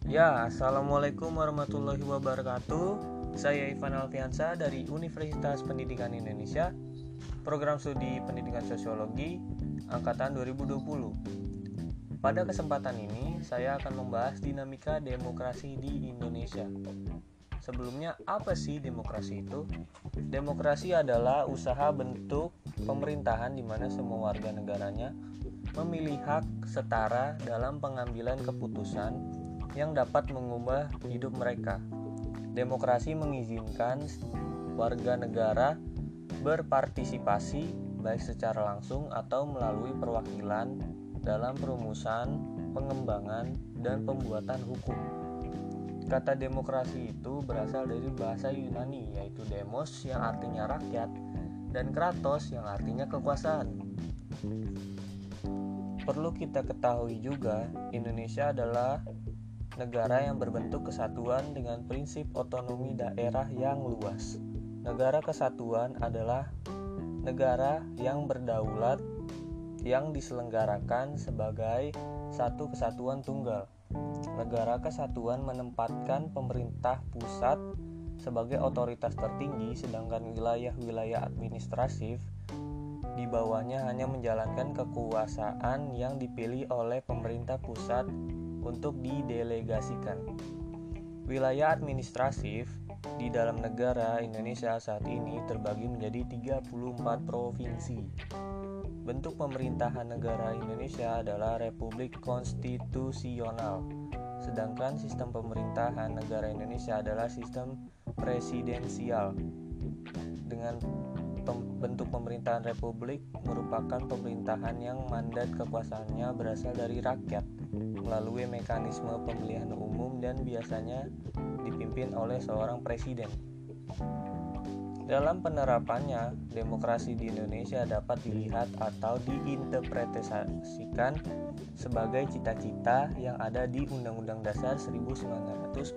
Assalamualaikum warahmatullahi wabarakatuh. Saya Ivan Alfiansa dari Universitas Pendidikan Indonesia, Program Studi Pendidikan Sosiologi, Angkatan 2020. Pada kesempatan ini, saya akan membahas dinamika demokrasi di Indonesia. Sebelumnya, apa sih demokrasi itu? Demokrasi adalah usaha bentuk pemerintahan di mana semua warga negaranya memilih hak setara dalam pengambilan keputusan yang dapat mengubah hidup mereka. Demokrasi mengizinkan warga negara berpartisipasi baik secara langsung atau melalui perwakilan dalam perumusan, pengembangan, dan pembuatan hukum. Kata demokrasi itu berasal dari bahasa Yunani, yaitu demos yang artinya rakyat dan kratos yang artinya kekuasaan. Perlu kita ketahui juga, Indonesia adalah negara yang berbentuk kesatuan dengan prinsip otonomi daerah yang luas. Negara kesatuan adalah negara yang berdaulat yang diselenggarakan sebagai satu kesatuan tunggal. Negara kesatuan menempatkan pemerintah pusat sebagai otoritas tertinggi, sedangkan wilayah-wilayah administratif di bawahnya hanya menjalankan kekuasaan yang dipilih oleh pemerintah pusat untuk didelegasikan. Wilayah administratif di dalam negara Indonesia saat ini terbagi menjadi 34 provinsi. Bentuk pemerintahan negara Indonesia adalah Republik Konstitusional, sedangkan sistem pemerintahan negara Indonesia adalah sistem presidensial. Dengan bentuk pemerintahan republik merupakan pemerintahan yang mandat kekuasaannya berasal dari rakyat melalui mekanisme pemilihan umum dan biasanya dipimpin oleh seorang presiden. Dalam penerapannya, demokrasi di Indonesia dapat dilihat atau diinterpretasikan sebagai cita-cita yang ada di Undang-Undang Dasar 1945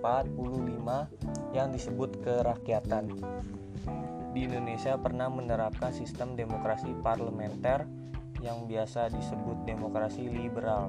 yang disebut kerakyatan. Di Indonesia pernah menerapkan sistem demokrasi parlementer yang biasa disebut demokrasi liberal.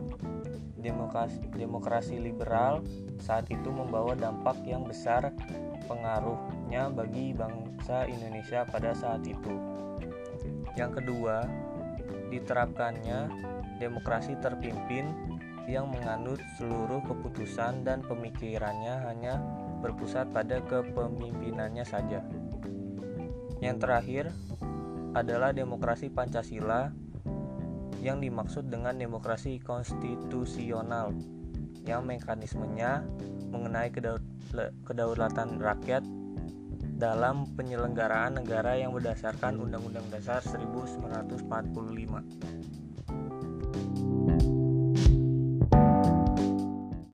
Demokrasi liberal saat itu membawa dampak yang besar pengaruhnya bagi bangsa Indonesia pada saat itu. Yang kedua, diterapkannya demokrasi terpimpin yang menganut seluruh keputusan dan pemikirannya hanya berpusat pada kepemimpinannya saja. Yang terakhir adalah demokrasi Pancasila yang dimaksud dengan demokrasi konstitusional yang mekanismenya mengenai kedaulatan rakyat dalam penyelenggaraan negara yang berdasarkan Undang-Undang Dasar 1945.